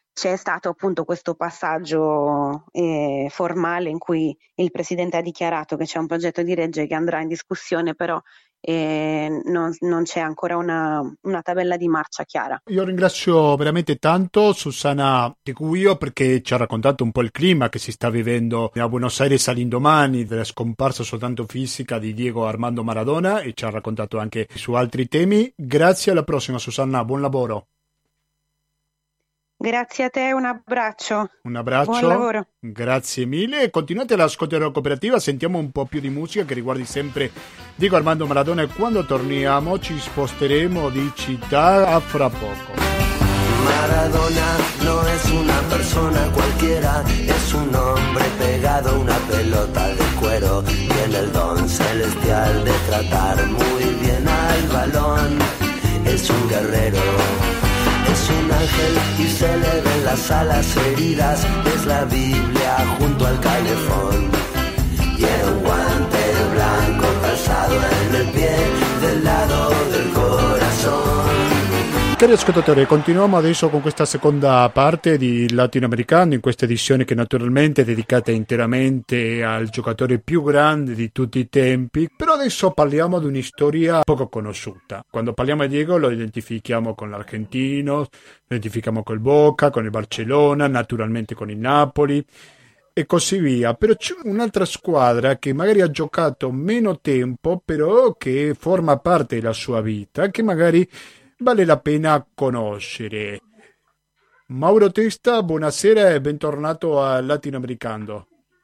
c'è stato appunto questo passaggio eh, formale in cui il Presidente ha dichiarato che c'è un progetto di legge che andrà in discussione, però eh, non, non c'è ancora una, una tabella di marcia chiara. Io ringrazio veramente tanto Susanna Teguio perché ci ha raccontato un po' il clima che si sta vivendo a Buenos Aires all'indomani della scomparsa soltanto fisica di Diego Armando Maradona, e ci ha raccontato anche su altri temi. Grazie, alla prossima Susanna, buon lavoro. Grazie a te, un abbraccio. Un abbraccio. Buon lavoro. Grazie mille. Continuate all'ascolto della cooperativa, sentiamo un po' più di musica che riguardi sempre Diego Armando Maradona, e quando torniamo ci sposteremo di città a fra poco. Maradona no es una persona cualquiera, es un hombre pegado a una pelota de cuero, tiene el don celestial de tratar muy bien al balón, es un guerrero. Es un ángel y se le ven las alas heridas, es la Biblia junto al calefón. Tiene un guante blanco calzado en el pie del lado del corazón. Cari ascoltatori, continuiamo adesso con questa seconda parte di Latinoamericano, in questa edizione che naturalmente è dedicata interamente al giocatore più grande di tutti i tempi, però adesso parliamo di una storia poco conosciuta. Quando parliamo di Diego lo identifichiamo con l'Argentino, lo identifichiamo col Boca, con il Barcellona, naturalmente con il Napoli e così via, però c'è un'altra squadra che magari ha giocato meno tempo, però che forma parte della sua vita, che magari vale la pena conoscere. Mauro Testa, buonasera e bentornato a Latinoamericano.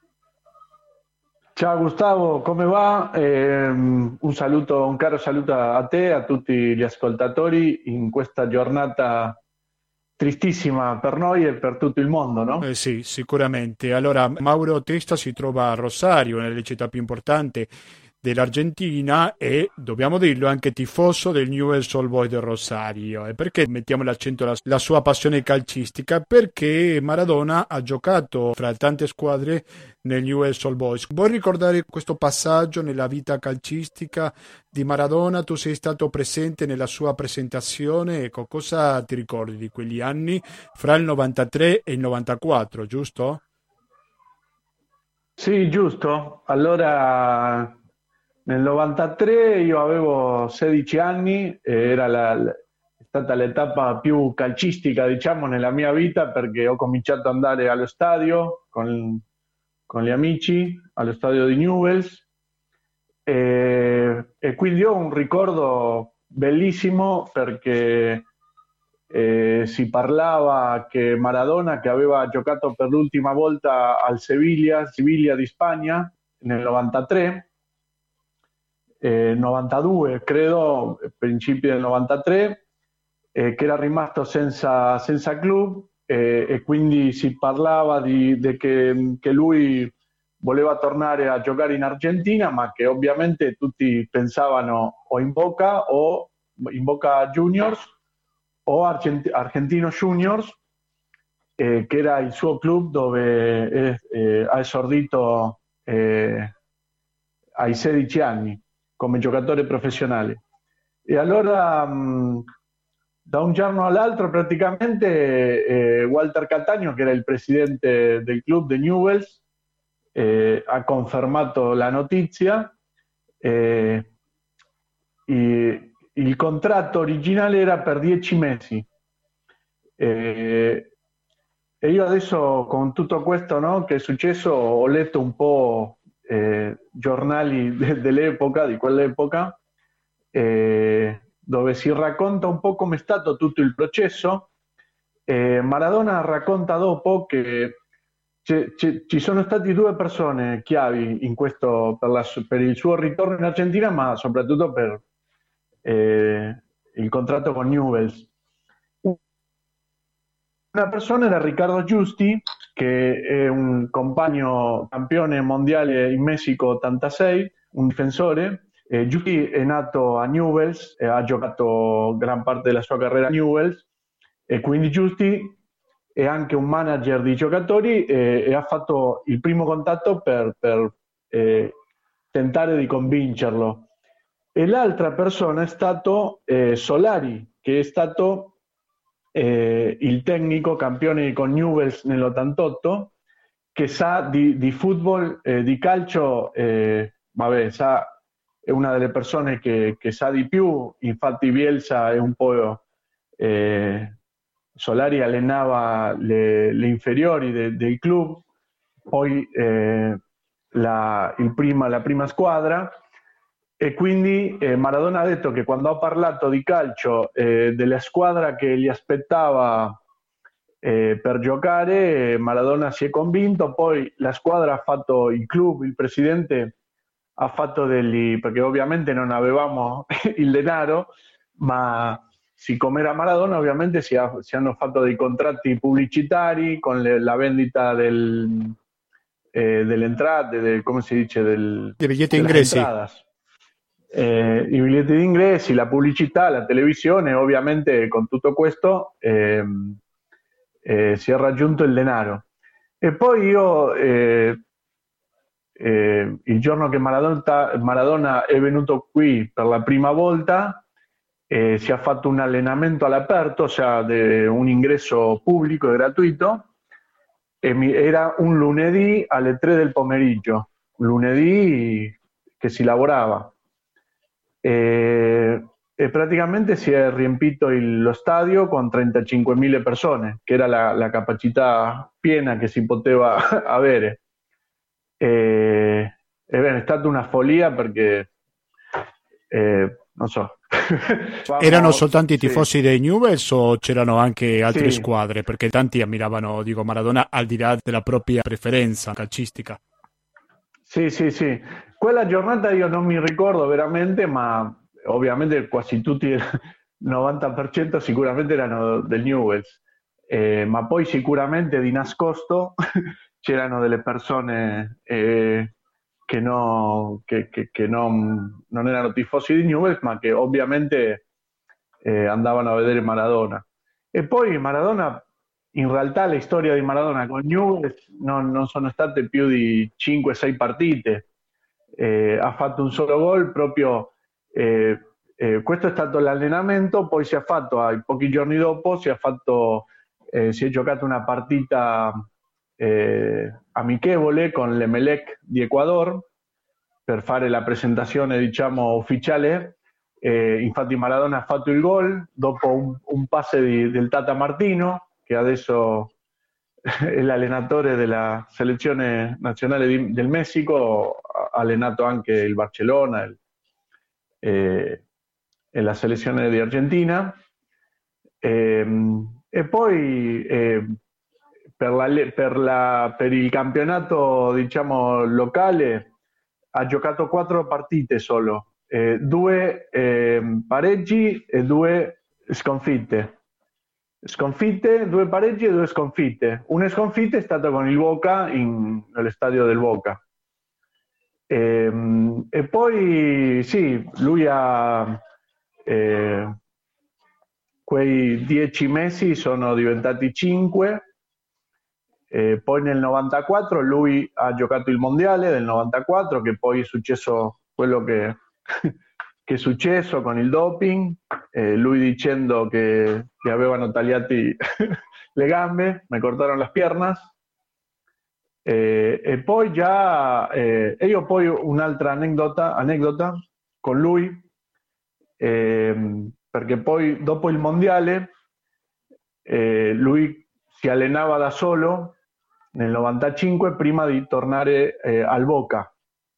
Ciao Gustavo, come va? Eh, un saluto, un caro saluto a te, a tutti gli ascoltatori in questa giornata tristissima per noi e per tutto il mondo, no? Eh sì, sicuramente. Allora, Mauro Testa si trova a Rosario, una delle città più importanti dell'Argentina, e dobbiamo dirlo anche tifoso del Newell's Old Boys del Rosario. E perché mettiamo l'accento alla la sua passione calcistica? Perché Maradona ha giocato fra tante squadre nel Newell's Old Boys. Vuoi ricordare questo passaggio nella vita calcistica di Maradona? Tu sei stato presente nella sua presentazione, ecco, cosa ti ricordi di quegli anni fra il novantatré e il novantaquattro, giusto? Sì, giusto. Allora, nel novantatré io avevo sedici anni, e era la, la, è stata l'etapa più calcistica, diciamo, nella mia vita, perché ho cominciato ad andare allo stadio con, con gli amici, allo stadio di Newell's, e, e quindi ho un ricordo bellissimo perché eh, si parlava che Maradona, che aveva giocato per l'ultima volta al Sevilla, Sevilla di Spagna, nel novantatré, Eh, novantadue credo, principi del novantatré, eh, che era rimasto senza, senza club, eh, e quindi si parlava di, di che, che lui voleva tornare a giocare in Argentina, ma che ovviamente tutti pensavano o in Boca o in Boca Juniors o Argent- Argentino Juniors, eh, che era il suo club dove eh, eh, ha esordito eh, ai sedici anni come giocatore professionale. E allora mh, da un giorno all'altro praticamente eh, Walter Cattaneo, che era il presidente del club di Newell's, eh, ha confermato la notizia. Eh, e il contratto originale era per dieci mesi. Eh, e io adesso, con tutto questo, no, che è successo, ho letto un po' Eh, giornali de- dell'epoca, di quell'epoca, eh, dove si racconta un po' come è stato tutto il processo. Eh, Maradona racconta dopo che c- c- ci sono stati due persone chiavi in questo, per, la, per il suo ritorno in Argentina, ma soprattutto per eh, il contratto con Newell's. Una persona era Riccardo Giusti, che è un compagno campione mondiale in Messico ottantasei, un difensore. Eh, Giusti è nato a Newell's e ha giocato gran parte della sua carriera a Newell's, e quindi Giusti è anche un manager di giocatori, e, e ha fatto il primo contatto per, per eh, tentare di convincerlo. E l'altra persona è stato eh, Solari, che è stato eh, il tecnico campione con Newell's nell'ottantotto, che sa di, di football, eh, di calcio, eh, vabbè, sa, è una delle persone che, che sa di più, infatti Bielsa è un po'... Eh, Solari allenava le, le inferiori de, del club, poi eh, la, il prima, la prima squadra, e quindi eh, Maradona ha detto che quando ha parlato di calcio, eh, della squadra che gli aspettava eh, per giocare, Maradona si è convinto. Poi la squadra ha fatto, il club, il presidente ha fatto degli, perché ovviamente non avevamo il denaro, ma siccome era Maradona ovviamente si, ha, si hanno fatto dei contratti pubblicitari con le, la vendita del, eh, delle entrate, del, come si dice, del, dei biglietti ingressi. Eh, i biglietti di ingressi, la pubblicità, la televisione, ovviamente con tutto questo eh, eh, si è raggiunto il denaro. E poi io, eh, eh, il giorno che Maradona, Maradona è venuto qui per la prima volta, eh, si è fatto un allenamento all'aperto, o sea, de, un ingresso pubblico e gratuito, e mi, era un lunedì alle tre del pomeriggio, lunedì che si lavorava. E, e praticamente si è riempito il, lo stadio con trentacinquemila persone, che era la, la capacità piena che si poteva avere. E, e bene, è stata una follia perché, eh, non so. Erano soltanto i tifosi sì. dei Newell's o c'erano anche altre sì. squadre? Perché tanti ammiravano, dico, Maradona al di là della propria preferenza calcistica. Sì, sì, sì. Quella giornata io non mi ricordo veramente, ma ovviamente quasi tutti, il novanta per cento sicuramente erano del Newell's, eh, ma poi sicuramente di nascosto c'erano delle persone eh, che, no, che, che, che non, non erano tifosi di Newell's, ma che ovviamente eh, andavano a vedere Maradona. E poi Maradona, in realtà la storia di Maradona con Newell's non, non sono state più di cinque sei partite, eh, ha fatto un solo gol proprio, eh, eh, questo è stato l'allenamento, poi si è fatto, ai pochi giorni dopo, si è, fatto, eh, si è giocato una partita eh, amichevole con l'Emelec di Ecuador per fare la presentazione, diciamo, ufficiale. Eh, infatti Maradona ha fatto il gol dopo un, un passe di, del Tata Martino, che adesso è l'allenatore della selezione nazionale di, del Messico, ha allenato anche il Barcellona il, eh, e la selezione di Argentina. Eh, e poi eh, per, la, per, la, per il campionato, diciamo, locale ha giocato quattro partite solo, eh, due eh, pareggi e due sconfitte. Sconfitte, due pareggi e due sconfitte. Una sconfitta è stata con il Boca in, nell'estadio del Boca. E, e poi sì, lui ha eh, quei dieci mesi sono diventati cinque. E poi nel novantaquattro lui ha giocato il mondiale del novantaquattro, che poi è successo quello che, che è successo con il doping, eh, lui dicendo che gli avevano tagliati le gambe, me cortaron las piernas. Eh, e poi già, eh, e io poi un'altra aneddota, aneddota con lui, eh, perché poi dopo il mondiale eh, lui si allenava da solo nel novantacinque prima di tornare eh, al Boca.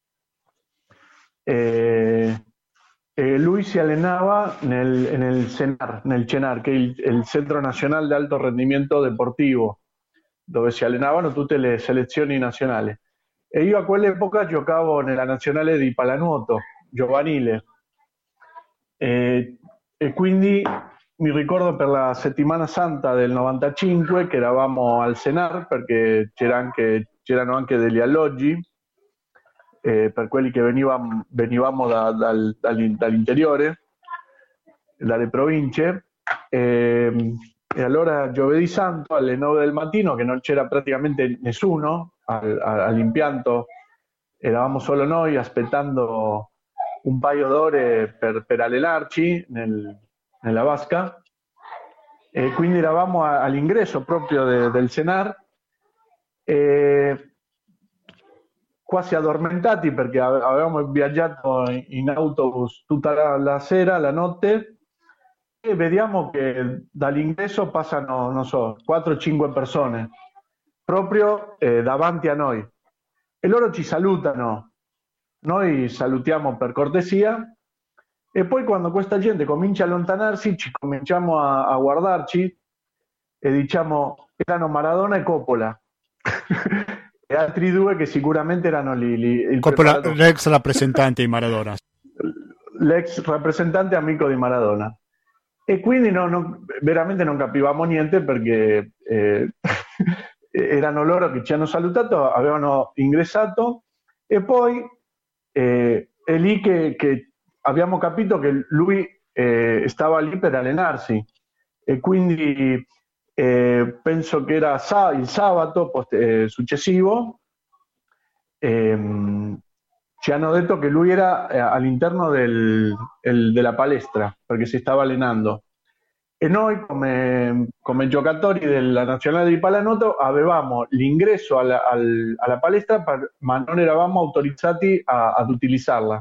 Eh, eh, lui si allenava nel, nel CENAR, nel CENAR, che è il, il Centro Nazionale di Alto Rendimento Deportivo, dove si allenavano tutte le selezioni nazionali. E io a quell'epoca giocavo nella nazionale di pallanuoto, giovanile. E, e quindi mi ricordo per la settimana santa del novantacinque che eravamo al CENAR, perché c'era anche, c'erano anche degli alloggi eh, per quelli che venivamo, venivamo da, dal, dall'interiore, dalle province. E, e allora giovedì santo alle nove del mattino, che non c'era praticamente nessuno al, all'impianto, eravamo solo noi aspettando un paio d'ore per, per allenarci nel, nella vasca, e quindi eravamo a, all'ingresso proprio de, del Senar, e quasi addormentati perché avevamo viaggiato in autobus tutta la, la sera, la notte, e vediamo che dall'ingresso passano, non so, quattro o cinque persone proprio eh, davanti a noi, e loro ci salutano, noi salutiamo per cortesia, e poi quando questa gente comincia a allontanarsi ci cominciamo a, a guardarci e diciamo erano Maradona e Coppola e altri due che sicuramente erano lì, lì il Coppola, l'ex rappresentante di Maradona, l'ex rappresentante amico di Maradona, e quindi no, no, veramente non capivamo niente perché eh, erano loro che ci hanno salutato, avevano ingresato, e poi eh, è lì che, che abbiamo capito che lui eh, stava lì per allenarsi, e quindi eh, penso che era sa- il sabato post- eh, successivo, ehm, ci hanno detto che lui era eh, all'interno del, el, della palestra perché si stava allenando, e noi come, come giocatori della nazionale di pallanuoto avevamo l'ingresso alla, al, alla palestra per, ma non eravamo autorizzati a, ad utilizzarla.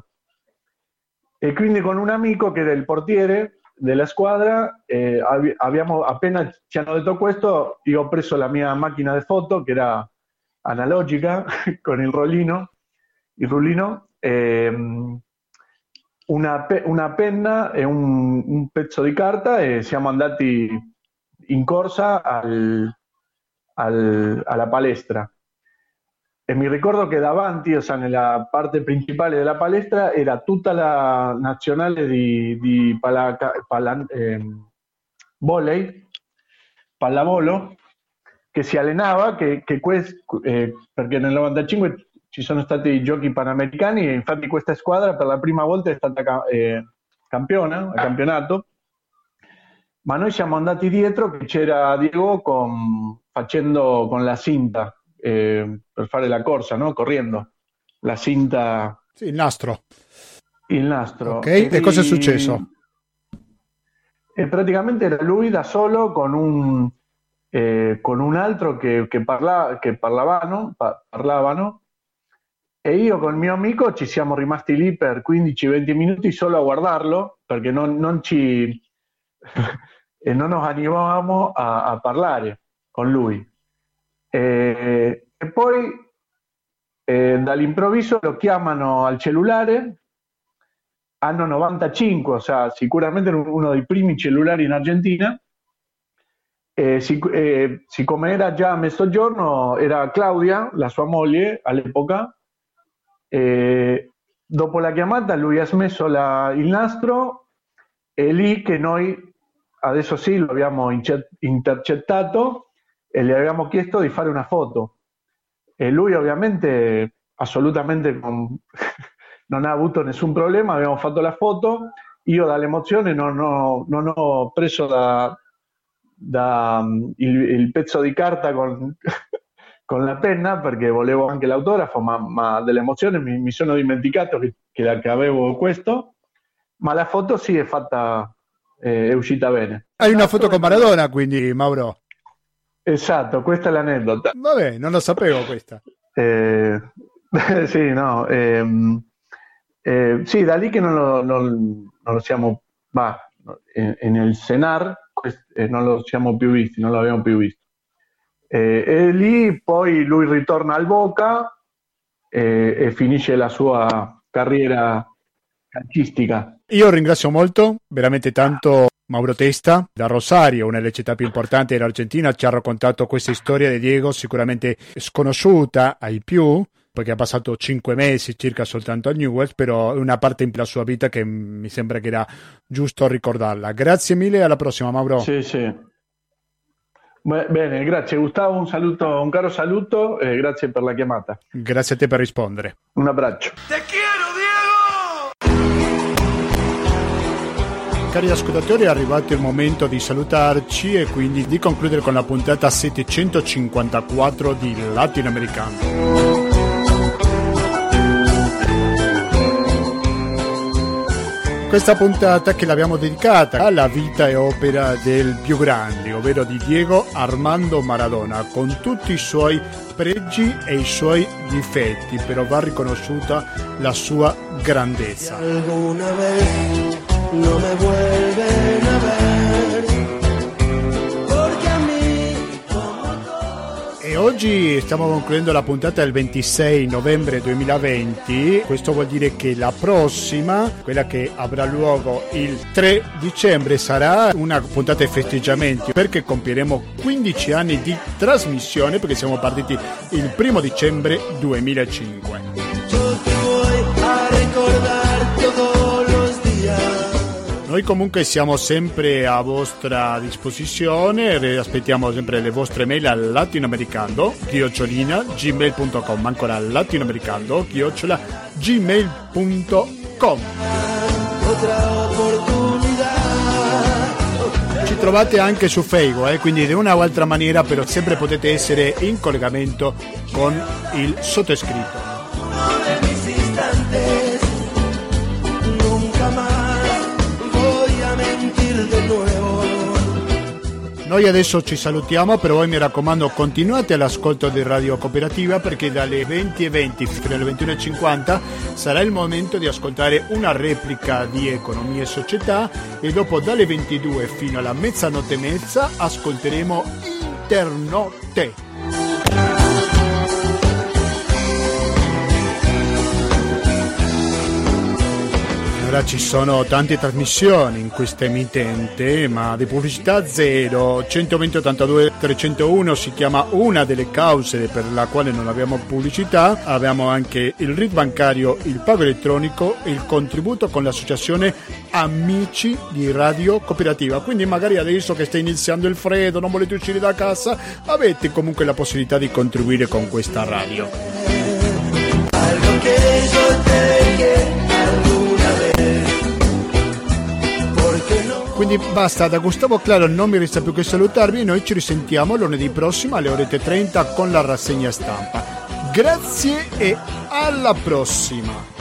E quindi con un amico che era il portiere della squadra eh, abbiamo, appena ci hanno detto questo, io ho preso la mia macchina di foto che era analogica con il rollino, il rullino, ehm, una, pe- una penna e un, un pezzo di carta, e siamo andati in corsa al, al, alla palestra. E mi ricordo che davanti, o sea, nella parte principale della palestra, era tutta la nazionale di, di pala, pala, eh, volley, pallavolo, che si allenava, che, che quest, eh, perché nel novantacinque ci sono stati i giochi panamericani, e infatti questa squadra per la prima volta è stata eh, campiona, al campionato, ma noi siamo andati dietro che c'era Diego con, facendo con la cinta, Eh, per fare la corsa, no? Corriendo la cinta, sì, il nastro, il nastro. Ok, e, e cosa è successo? E praticamente era lui da solo con un eh, con un altro che, che, parla, che parlavano, pa- parlavano, e io con il mio amico ci siamo rimasti lì per quindici venti minuti solo a guardarlo perché non, non ci e non nos animavamo a, a parlare con lui. E, e poi eh, dall'improvviso lo chiamano al cellulare, anno novantacinque, o sea, sicuramente uno dei primi cellulari in Argentina, e sic- eh, siccome era già a mezzogiorno, era Claudia, la sua moglie all'epoca, e dopo la chiamata lui ha smesso la, il nastro, e lì che noi adesso sì lo abbiamo incer- intercettato e le abbiamo chiesto di fare una foto, e lui ovviamente assolutamente con... non ha avuto nessun problema, abbiamo fatto la foto, io dall'emozione non ho, non ho preso da, da il, il pezzo di carta con, con la penna perché volevo anche l'autografo, ma, ma dell'emozione mi, mi sono dimenticato che, che, che avevo questo, ma la foto sì è fatta, eh, è uscita bene. Hai una foto con Maradona quindi, Mauro? Esatto, questa è l'aneddoto. Vabbè, non lo sapevo questa. Eh, sì, no, ehm, eh, sì, da lì che non lo, non, non lo siamo, bah, eh, nel Senar quest, eh, non lo siamo più visti, non lo abbiamo più visto. Eh, e lì poi lui ritorna al Boca eh, e finisce la sua carriera calcistica. Io ringrazio molto, veramente tanto, Mauro Testa da Rosario, una delle città più importanti dell'Argentina. Ci ha raccontato questa storia di Diego sicuramente sconosciuta ai più, perché ha passato cinque mesi circa soltanto a Newell's, però è una parte della sua vita che mi sembra che era giusto ricordarla. Grazie mille, alla prossima, Mauro. Sì, sì. Bene, grazie Gustavo, un saluto, un caro saluto e grazie per la chiamata. Grazie a te per rispondere. Un abbraccio. Te quiero, Diego! Cari ascoltatori, è arrivato il momento di salutarci e quindi di concludere con la puntata settecentocinquantaquattro di Latinoamericano. Questa puntata che l'abbiamo dedicata alla vita e opera del più grande, ovvero di Diego Armando Maradona, con tutti i suoi pregi e i suoi difetti, però va riconosciuta la sua grandezza. Alguna vez no me vuelven a ver, porque a mí como... E oggi stiamo concludendo la puntata del ventisei novembre duemilaventi. Questo vuol dire che la prossima, quella che avrà luogo il tre dicembre, sarà una puntata di festeggiamenti, perché compieremo quindici anni di trasmissione, perché siamo partiti il primo dicembre duemilacinque. Yo te voy a recordar todos los días. Noi comunque siamo sempre a vostra disposizione, aspettiamo sempre le vostre mail al latinoamericano chiocciolina gmail punto com, ancora latinoamericano chiocciola gmail punto com. Ci trovate anche su Facebook, eh, quindi di una o altra maniera, però sempre potete essere in collegamento con il sottoscritto. Noi adesso ci salutiamo, però voi mi raccomando continuate all'ascolto di Radio Cooperativa, perché dalle venti e venti fino alle ventuno e cinquanta sarà il momento di ascoltare una replica di Economia e Società, e dopo dalle ventidue fino alla mezzanotte e mezza ascolteremo Internotte. Ora ci sono tante trasmissioni in questa emittente, ma di pubblicità zero. centoventi ottantadue trecentouno si chiama una delle cause per la quale non abbiamo pubblicità. Abbiamo anche il R I D bancario, il pago elettronico e il contributo con l'associazione Amici di Radio Cooperativa. Quindi magari adesso che sta iniziando il freddo, non volete uscire da casa, avete comunque la possibilità di contribuire con questa radio. Algo que yo te quiero. Quindi basta, da Gustavo Claro non mi resta più che salutarvi. Noi ci risentiamo lunedì prossimo alle ore trenta con la rassegna stampa. Grazie e alla prossima.